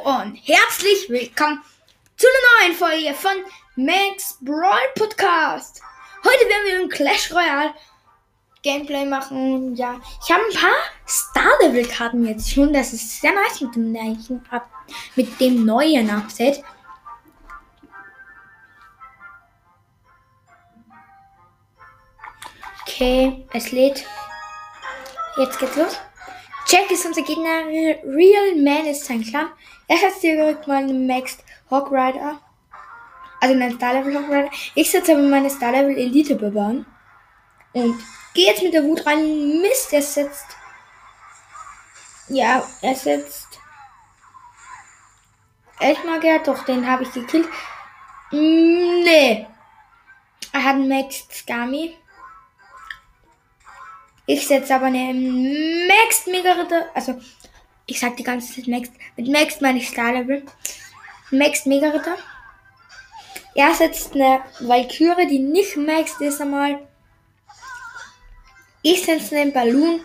und herzlich willkommen zu einer neuen Folge von Max Brawl Podcast. Heute werden wir ein Clash Royale Gameplay machen. Ja, ich habe ein paar Star-Level-Karten jetzt schon. Das ist sehr nice mit dem neuen Update. Okay, es lädt. Jetzt geht's los. Jack ist unser Gegner. Real Man ist sein Clan. Er hat direkt mal einen Maxed Hawk Rider. Also einen Star-Level Hawk Rider. Ich setze aber meine Star-Level Elite Barbaren. Und gehe jetzt mit der Wut rein. Mist, er setzt. Ja, er setzt. Elfmagier, doch, den habe ich gekillt. Nee. Er hat einen Maxed Skami. Ich setze aber eine Maxed Mega Ritter. Also, ich sag die ganze Zeit Maxed. Mit Maxed meine ich Star Level. Maxed Mega Ritter. Er setzt eine Valkyrie, die nicht Maxed ist einmal. Ich setze einen Balloon.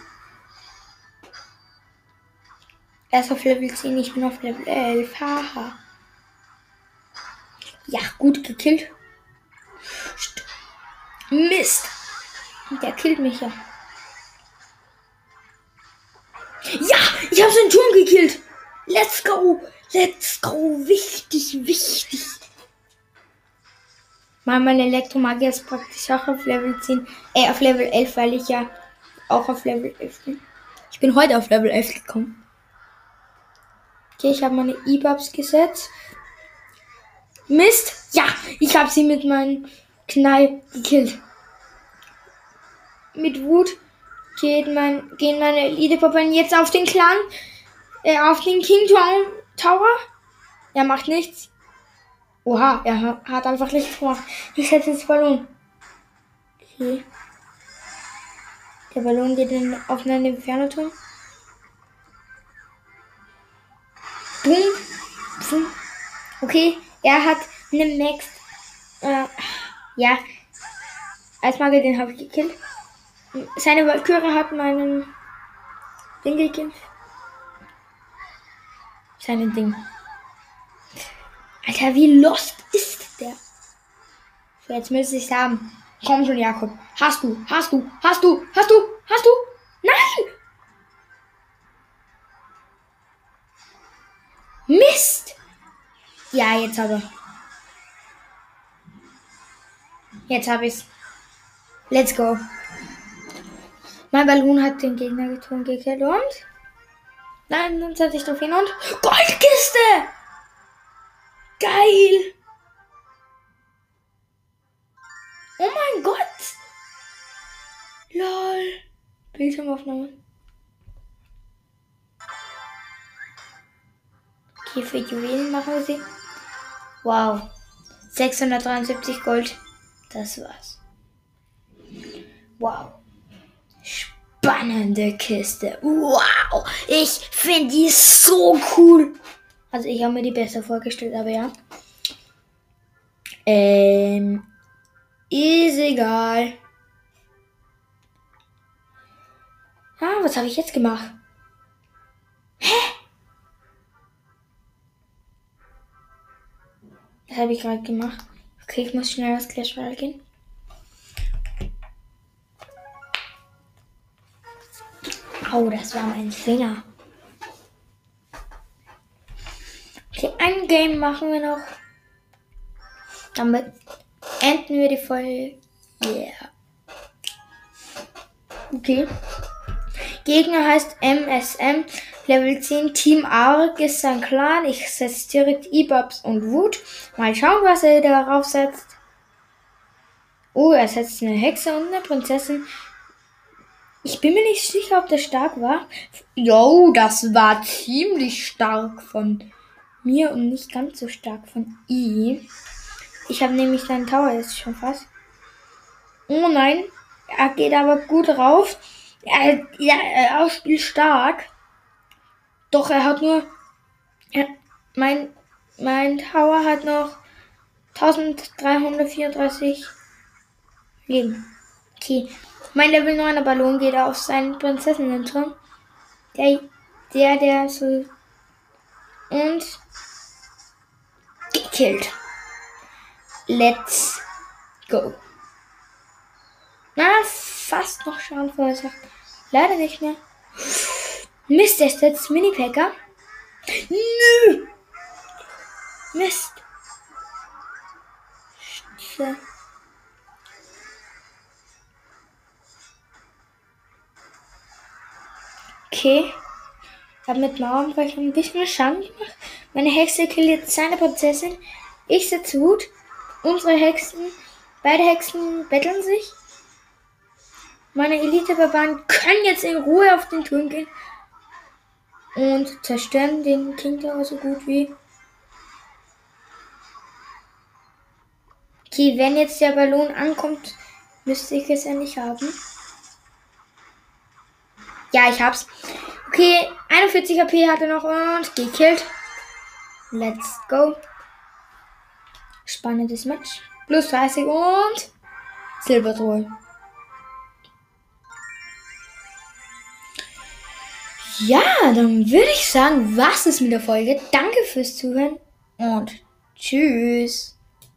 Er ist auf Level 10, ich bin auf Level 11. Haha. Ja, gut gekillt. Mist. Der killt mich ja. Ja, ich habe seinen Turm gekillt. Let's go. Let's go. Wichtig, wichtig. Mein Elektromagier ist praktisch auch auf Level 10. Auf Level 11, weil ich ja auch auf Level 11 bin. Ich bin heute auf Level 11 gekommen. Okay, ich habe meine E-Bubs gesetzt. Mist. Ja, ich habe sie mit meinem Knall gekillt. Mit Wut gehen meine Elite-Puppen jetzt auf den Clan. Auf den King Tower. Er macht nichts. Oha, er hat einfach nichts gemacht. Ich hätte jetzt verloren. Okay. Der Ballon geht auf einen Inferno-Turm. Boom. Boom. Okay, er hat einen Max. Ja. Als Magier, den habe ich gekillt. Seine Valkyrie hat meinen Ding gekillt. Seinen Ding. Alter, wie lost ist der? So, jetzt müsste ich haben. Komm schon, Jakob. Hast du? Nein! Mist! Ja, jetzt aber. Jetzt habe ich's. Let's go. Mein Ballon hat den Gegner gekillt und... Nein, dann setze ich drauf hin und... Goldkiste! Geil! Oh mein Gott! Lol. Bildschirmaufnahme. Okay, für Juwelen machen wir sie. Wow. 673 Gold. Das war's. Wow. Spannende Kiste. Wow. Ich finde die so cool. Also ich habe mir die besser vorgestellt, aber ja. Ist egal. Was habe ich jetzt gemacht? Hä? Was habe ich gerade gemacht? Okay, ich muss schnell aus Clash Royale gehen. Oh, das war mein Finger. Okay, ein Game machen wir noch. Damit enden wir die Folge. Yeah. Okay. Gegner heißt MSM. Level 10 Team Ark ist sein Clan. Ich setze direkt E-Bubs und Wut. Mal schauen, was er darauf setzt. Oh, er setzt eine Hexe und eine Prinzessin. Ich bin mir nicht sicher, ob das stark war. Jo, das war ziemlich stark von mir und nicht ganz so stark von ihm. Ich habe nämlich seinen Tower jetzt schon fast. Oh nein, er geht aber gut rauf. Er spielt stark. Doch er hat nur... Mein Tower hat noch 1334 Leben. Okay. Mein Level 9er Ballon geht auf seinen Prinzessinnen-Turm. Der so und gekillt. Let's go. Na, fast noch Schaden verursacht. Leider nicht mehr. Mist, der ist jetzt Mini-Packer. Nö. Mist. Scheiße. Okay. Ich habe mit Mauernbrecher ein bisschen Schaden gemacht. Meine Hexe killt jetzt seine Prinzessin. Ich setze Wut. Unsere Hexen, beide Hexen betteln sich. Meine Elite-Barbaren können jetzt in Ruhe auf den Turm gehen und zerstören den King Tower so gut wie. Okay, wenn jetzt der Ballon ankommt, müsste ich es ja nicht haben. Ja, ich hab's. Okay, 41 HP hat er noch und gekillt. Let's go. Spannendes Match. Plus 30 und Silbertruhe. Ja, dann würde ich sagen, was ist mit der Folge. Danke fürs Zuhören und tschüss.